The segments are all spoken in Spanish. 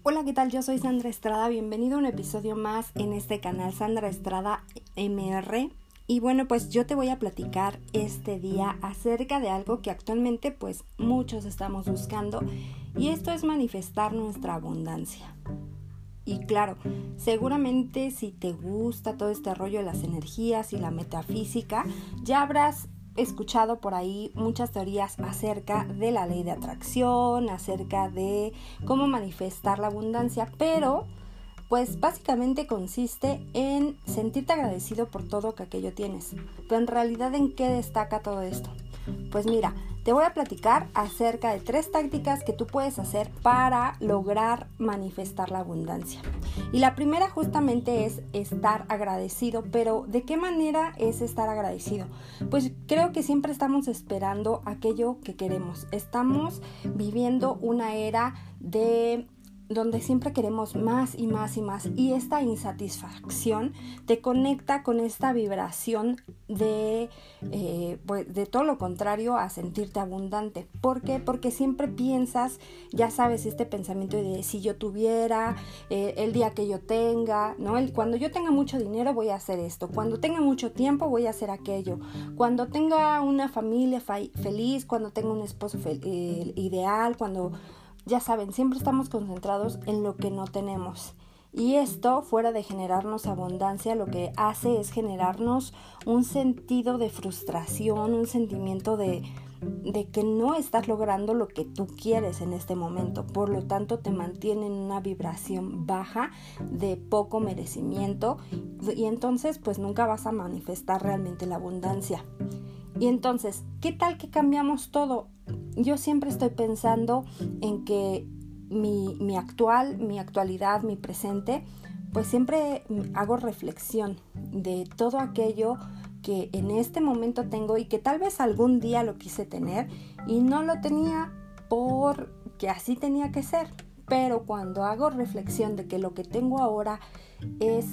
Hola, ¿qué tal? Yo soy Sandra Estrada, bienvenido a un episodio más en este canal Sandra Estrada MR. Y bueno, pues yo te voy a platicar este día acerca de algo que actualmente pues muchos estamos buscando, y esto es manifestar nuestra abundancia. Y claro, seguramente si te gusta todo este rollo de las energías y la metafísica, ya habrás escuchado por ahí muchas teorías acerca de la ley de atracción, acerca de cómo manifestar la abundancia, pero pues básicamente consiste en sentirte agradecido por todo que aquello tienes. Pero en realidad, ¿en qué destaca todo esto? Pues mira, te voy a platicar acerca de 3 tácticas que tú puedes hacer para lograr manifestar la abundancia. Y la primera justamente es estar agradecido, pero ¿de qué manera es estar agradecido? Pues creo que siempre estamos esperando aquello que queremos. Estamos viviendo una era donde siempre queremos más y más y más, y esta insatisfacción te conecta con esta vibración de todo lo contrario a sentirte abundante. ¿Por qué? Porque siempre piensas, ya sabes, este pensamiento de si yo tuviera, el día que yo tenga, ¿no? Cuando yo tenga mucho dinero voy a hacer esto, cuando tenga mucho tiempo voy a hacer aquello, cuando tenga una familia feliz, cuando tenga un esposo ideal, cuando... Ya saben, siempre estamos concentrados en lo que no tenemos. Y esto, fuera de generarnos abundancia, lo que hace es generarnos un sentido de frustración, un sentimiento de que no estás logrando lo que tú quieres en este momento. Por lo tanto, te mantiene en una vibración baja de poco merecimiento, y entonces pues nunca vas a manifestar realmente la abundancia. Y entonces, ¿qué tal que cambiamos todo? Yo siempre estoy pensando en que mi actualidad, mi presente, pues siempre hago reflexión de todo aquello que en este momento tengo y que tal vez algún día lo quise tener y no lo tenía porque así tenía que ser. Pero cuando hago reflexión de que lo que tengo ahora es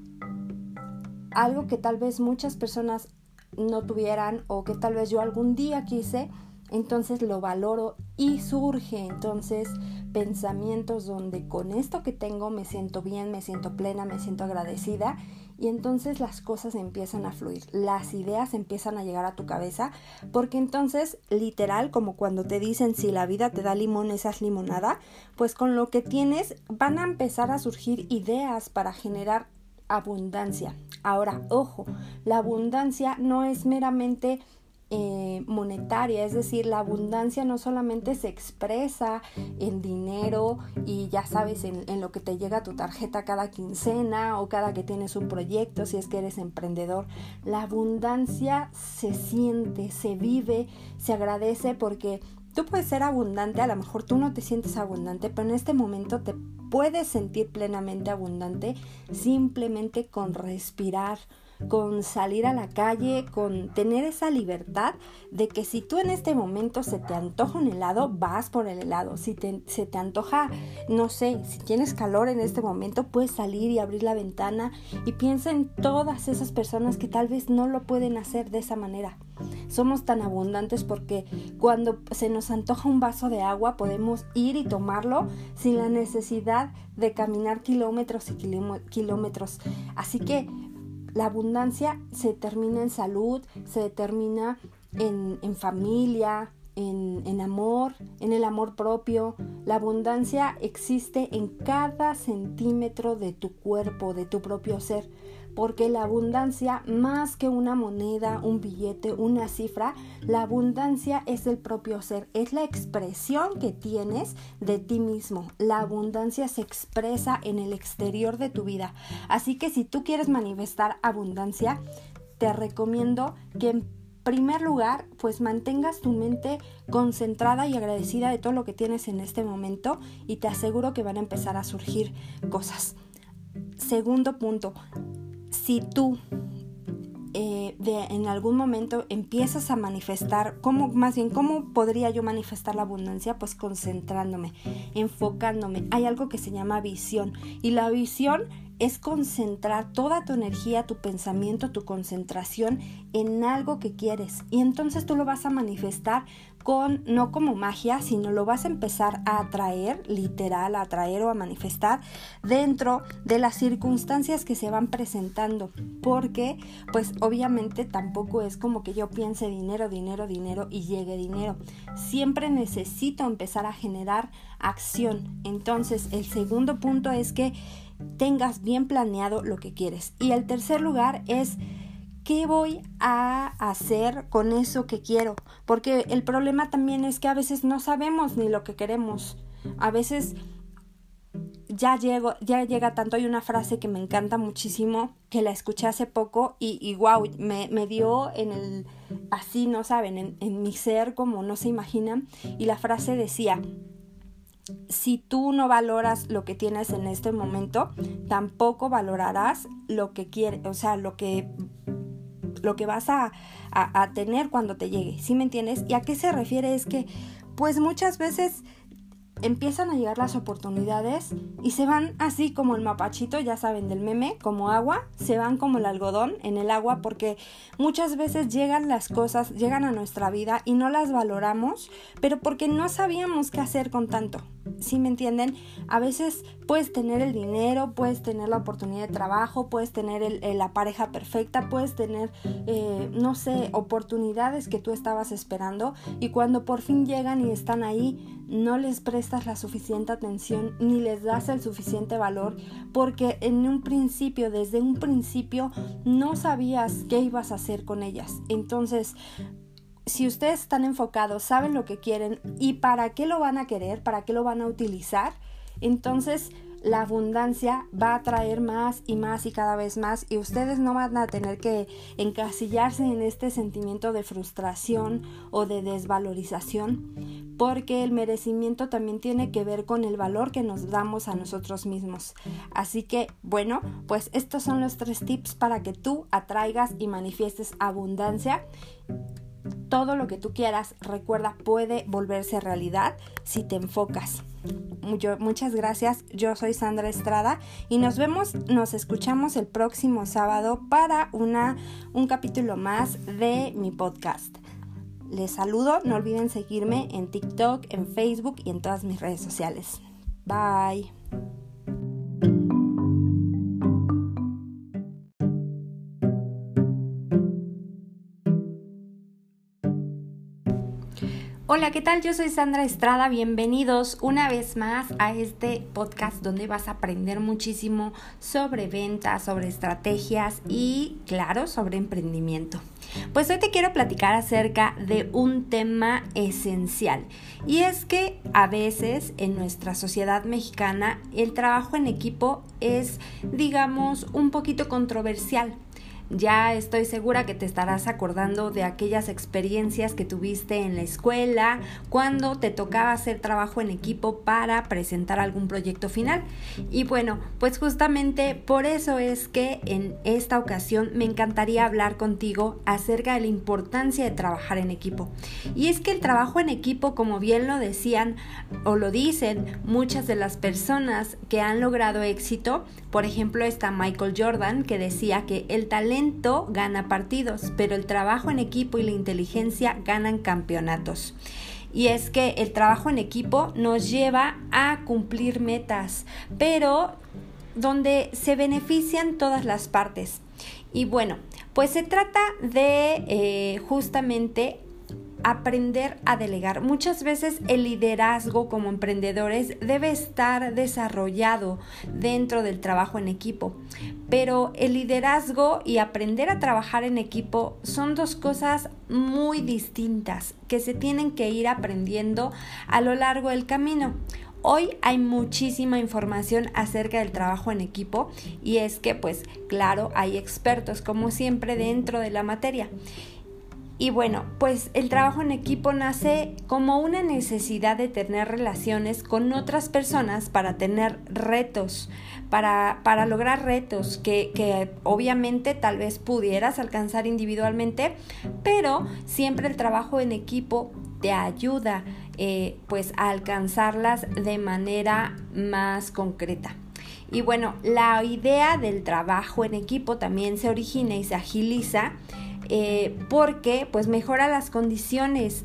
algo que tal vez muchas personas no tuvieran, o que tal vez yo algún día quise, entonces lo valoro y surge entonces pensamientos donde con esto que tengo me siento bien, me siento plena, me siento agradecida, y entonces las cosas empiezan a fluir, las ideas empiezan a llegar a tu cabeza, porque entonces literal, como cuando te dicen si la vida te da limón, esa es limonada, pues con lo que tienes van a empezar a surgir ideas para generar abundancia. Ahora, ojo, la abundancia no es meramente monetaria, es decir, la abundancia no solamente se expresa en dinero y ya sabes, en lo que te llega a tu tarjeta cada quincena o cada que tienes un proyecto, si es que eres emprendedor. La abundancia se siente, se vive, se agradece, porque tú puedes ser abundante, a lo mejor tú no te sientes abundante, pero en este momento te puedes sentir plenamente abundante simplemente con respirar, con salir a la calle, con tener esa libertad de que si tú en este momento se te antoja un helado, vas por el helado. Si se te antoja, no sé, si tienes calor en este momento, puedes salir y abrir la ventana, y piensa en todas esas personas que tal vez no lo pueden hacer de esa manera. Somos tan abundantes porque cuando se nos antoja un vaso de agua podemos ir y tomarlo sin la necesidad de caminar kilómetros y kilómetros. Así que la abundancia se determina en salud, se determina en familia, en amor, en el amor propio. La abundancia existe en cada centímetro de tu cuerpo, de tu propio ser, porque la abundancia, más que una moneda, un billete, una cifra, la abundancia es el propio ser, es la expresión que tienes de ti mismo. La abundancia se expresa en el exterior de tu vida. Así que si tú quieres manifestar abundancia, te recomiendo que en primer lugar, pues mantengas tu mente concentrada y agradecida de todo lo que tienes en este momento, y te aseguro que van a empezar a surgir cosas. Segundo punto, si tú en algún momento empiezas a manifestar, ¿cómo podría yo manifestar la abundancia? Pues concentrándome, enfocándome. Hay algo que se llama visión, y la visión es concentrar toda tu energía, tu pensamiento, tu concentración en algo que quieres. Y entonces tú lo vas a manifestar no como magia, sino lo vas a empezar a atraer, literal, a atraer o a manifestar dentro de las circunstancias que se van presentando. Porque, pues obviamente tampoco es como que yo piense dinero y llegue dinero. Siempre necesito empezar a generar acción. Entonces, el segundo punto es que tengas bien planeado lo que quieres. Y el tercer lugar es: ¿qué voy a hacer con eso que quiero? Porque el problema también es que a veces no sabemos ni lo que queremos. A veces ya llega tanto. Hay una frase que me encanta muchísimo, que la escuché hace poco y wow, me dio así, no saben, en mi ser como no se imaginan. Y la frase decía: si tú no valoras lo que tienes en este momento, tampoco valorarás lo que quieres, o sea, lo que vas a tener cuando te llegue, ¿sí me entiendes? ¿Y a qué se refiere? Es que pues muchas veces empiezan a llegar las oportunidades y se van así como el mapachito, ya saben, del meme, como agua, se van como el algodón en el agua, porque muchas veces llegan las cosas, llegan a nuestra vida y no las valoramos, pero porque no sabíamos qué hacer con tanto. ¿Sí me entienden? A veces puedes tener el dinero, puedes tener la oportunidad de trabajo, puedes tener la pareja perfecta, puedes tener, no sé, oportunidades que tú estabas esperando, y cuando por fin llegan y están ahí, no les prestas la suficiente atención ni les das el suficiente valor, porque desde un principio, no sabías qué ibas a hacer con ellas. Entonces, si ustedes están enfocados, saben lo que quieren y para qué lo van a querer, para qué lo van a utilizar, entonces la abundancia va a traer más y más y cada vez más, y ustedes no van a tener que encasillarse en este sentimiento de frustración o de desvalorización, porque el merecimiento también tiene que ver con el valor que nos damos a nosotros mismos. Así que, bueno, pues estos son los 3 tips para que tú atraigas y manifiestes abundancia. Todo lo que tú quieras, recuerda, puede volverse realidad si te enfocas. Muchas gracias, yo soy Sandra Estrada y nos escuchamos el próximo sábado para un capítulo más de mi podcast. Les saludo, no olviden seguirme en TikTok, en Facebook y en todas mis redes sociales. Bye. Hola, ¿qué tal? Yo soy Sandra Estrada, bienvenidos una vez más a este podcast donde vas a aprender muchísimo sobre ventas, sobre estrategias y, claro, sobre emprendimiento. Pues hoy te quiero platicar acerca de un tema esencial, y es que a veces en nuestra sociedad mexicana el trabajo en equipo es, digamos, un poquito controversial. Ya estoy segura que te estarás acordando de aquellas experiencias que tuviste en la escuela cuando te tocaba hacer trabajo en equipo para presentar algún proyecto final. Y bueno, pues justamente por eso es que en esta ocasión me encantaría hablar contigo acerca de la importancia de trabajar en equipo. Y es que el trabajo en equipo, como bien lo decían o lo dicen muchas de las personas que han logrado éxito, por ejemplo está Michael Jordan, que decía que el talento gana partidos, pero el trabajo en equipo y la inteligencia ganan campeonatos. Y es que el trabajo en equipo nos lleva a cumplir metas, pero donde se benefician todas las partes. Y bueno, pues se trata de justamente aprender a delegar. Muchas veces el liderazgo como emprendedores debe estar desarrollado dentro del trabajo en equipo, pero el liderazgo y aprender a trabajar en equipo son 2 cosas muy distintas que se tienen que ir aprendiendo a lo largo del camino. Hoy hay muchísima información acerca del trabajo en equipo, y es que pues claro, hay expertos como siempre dentro de la materia. Y bueno, pues el trabajo en equipo nace como una necesidad de tener relaciones con otras personas para tener retos, para lograr retos que obviamente tal vez pudieras alcanzar individualmente, pero siempre el trabajo en equipo te ayuda pues a alcanzarlas de manera más concreta. Y bueno, la idea del trabajo en equipo también se origina y se agiliza porque pues mejora las condiciones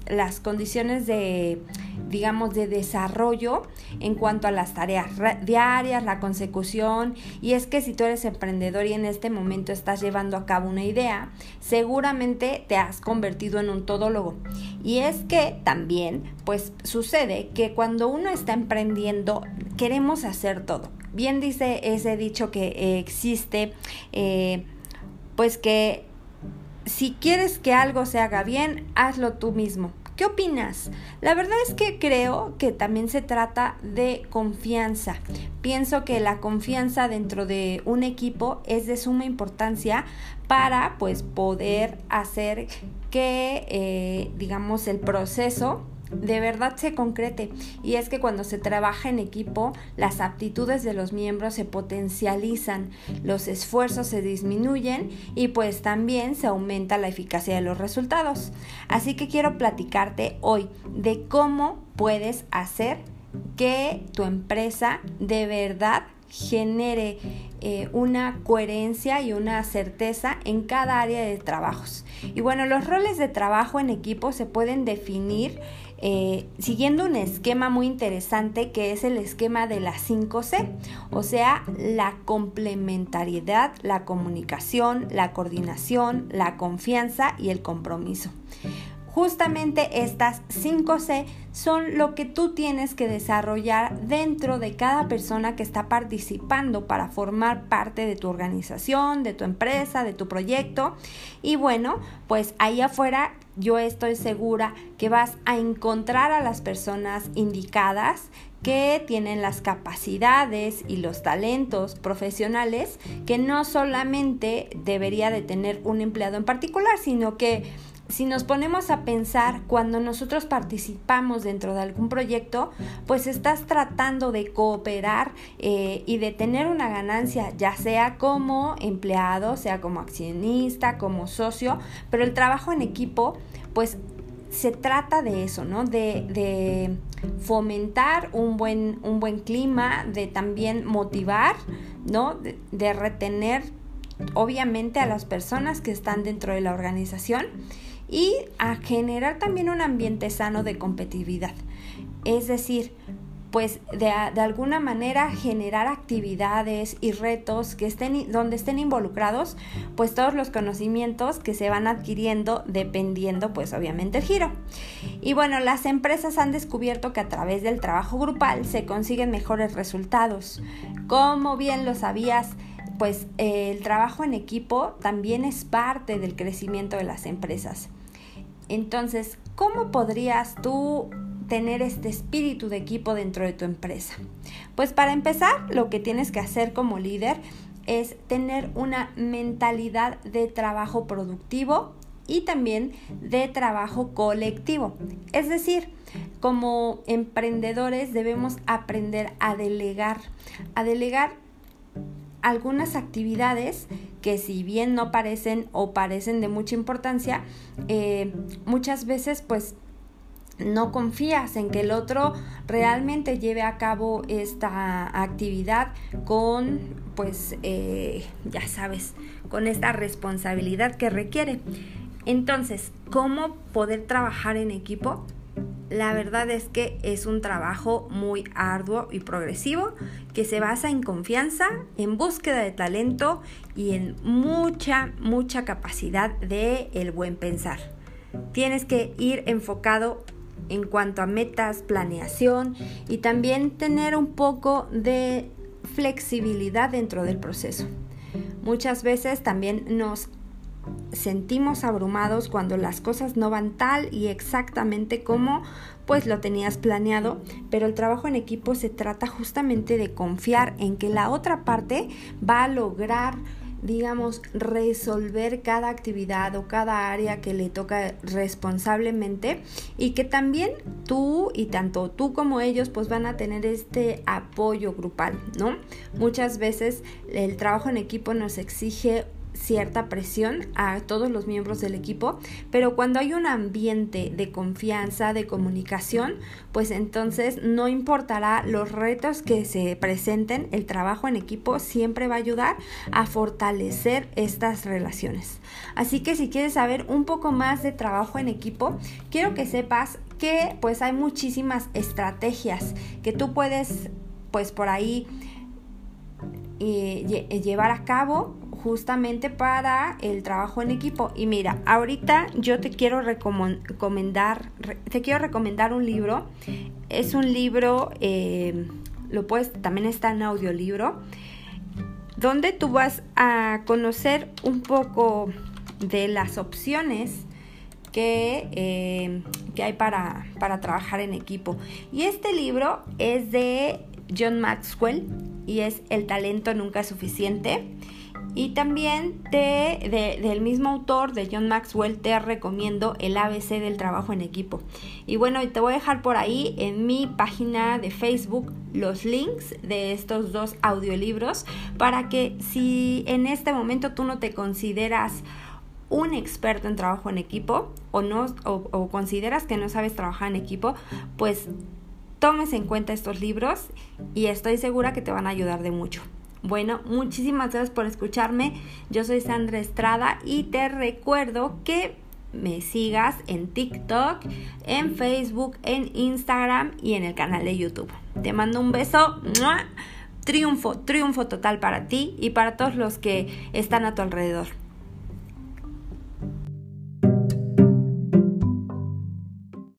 de, digamos, de desarrollo en cuanto a las tareas diarias, la consecución. Y es que si tú eres emprendedor y en este momento estás llevando a cabo una idea, seguramente te has convertido en un todólogo. Y es que también pues sucede que cuando uno está emprendiendo queremos hacer todo. Bien dice ese dicho que existe, pues que si quieres que algo se haga bien, hazlo tú mismo. ¿Qué opinas? La verdad es que creo que también se trata de confianza. Pienso que la confianza dentro de un equipo es de suma importancia para pues poder hacer que digamos el proceso de verdad se concrete. Y es que cuando se trabaja en equipo, las aptitudes de los miembros se potencializan, los esfuerzos se disminuyen y pues también se aumenta la eficacia de los resultados. Así que quiero platicarte hoy de cómo puedes hacer que tu empresa de verdad genere una coherencia y una certeza en cada área de trabajos. Y bueno, los roles de trabajo en equipo se pueden definir siguiendo un esquema muy interesante que es el esquema de las 5C, o sea, la complementariedad, la comunicación, la coordinación, la confianza y el compromiso. Justamente estas 5C son lo que tú tienes que desarrollar dentro de cada persona que está participando para formar parte de tu organización, de tu empresa, de tu proyecto. Y bueno, pues ahí afuera yo estoy segura que vas a encontrar a las personas indicadas que tienen las capacidades y los talentos profesionales que no solamente debería de tener un empleado en particular, sino que si nos ponemos a pensar, cuando nosotros participamos dentro de algún proyecto, pues estás tratando de cooperar y de tener una ganancia, ya sea como empleado, sea como accionista, como socio, pero el trabajo en equipo, pues se trata de eso, ¿no? De fomentar un buen clima, de también motivar, ¿no? De retener, obviamente, a las personas que están dentro de la organización y a generar también un ambiente sano de competitividad. Es decir, pues de alguna manera generar actividades y retos que donde estén involucrados pues todos los conocimientos que se van adquiriendo dependiendo pues obviamente el giro. Y bueno, las empresas han descubierto que a través del trabajo grupal se consiguen mejores resultados. Como bien lo sabías, pues el trabajo en equipo también es parte del crecimiento de las empresas. Entonces, ¿cómo podrías tú tener este espíritu de equipo dentro de tu empresa? Pues para empezar, lo que tienes que hacer como líder es tener una mentalidad de trabajo productivo y también de trabajo colectivo. Es decir, como emprendedores debemos aprender a delegar algunas actividades que si bien no parecen o parecen de mucha importancia, muchas veces pues no confías en que el otro realmente lleve a cabo esta actividad con pues ya sabes, con esta responsabilidad que requiere. Entonces, ¿cómo poder trabajar en equipo? La verdad es que es un trabajo muy arduo y progresivo que se basa en confianza, en búsqueda de talento y en mucha capacidad de el buen pensar. Tienes que ir enfocado en cuanto a metas, planeación y también tener un poco de flexibilidad dentro del proceso. Muchas veces también nos sentimos abrumados cuando las cosas no van tal y exactamente como pues lo tenías planeado, pero el trabajo en equipo se trata justamente de confiar en que la otra parte va a lograr, digamos, resolver cada actividad o cada área que le toca responsablemente y que también tú y tanto tú como ellos pues van a tener este apoyo grupal, ¿no? Muchas veces el trabajo en equipo nos exige cierta presión a todos los miembros del equipo, pero cuando hay un ambiente de confianza, de comunicación, pues entonces no importará los retos que se presenten, el trabajo en equipo siempre va a ayudar a fortalecer estas relaciones. Así que si quieres saber un poco más de trabajo en equipo, quiero que sepas que pues hay muchísimas estrategias que tú puedes pues por ahí llevar a cabo justamente para el trabajo en equipo. Y mira, ahorita yo te quiero recomendar un libro. Es un libro, también está en audiolibro, donde tú vas a conocer un poco de las opciones que hay para trabajar en equipo. Y este libro es de John Maxwell y es El talento nunca es suficiente. Y también del mismo autor, de John Maxwell, te recomiendo el ABC del trabajo en equipo. Y bueno, te voy a dejar por ahí en mi página de Facebook los links de estos dos audiolibros para que si en este momento tú no te consideras un experto en trabajo en equipo o consideras que no sabes trabajar en equipo, pues tomes en cuenta estos libros y estoy segura que te van a ayudar de mucho. Bueno, muchísimas gracias por escucharme. Yo soy Sandra Estrada y te recuerdo que me sigas en TikTok, en Facebook, en Instagram y en el canal de YouTube. Te mando un beso. ¡Mua! Triunfo total para ti y para todos los que están a tu alrededor.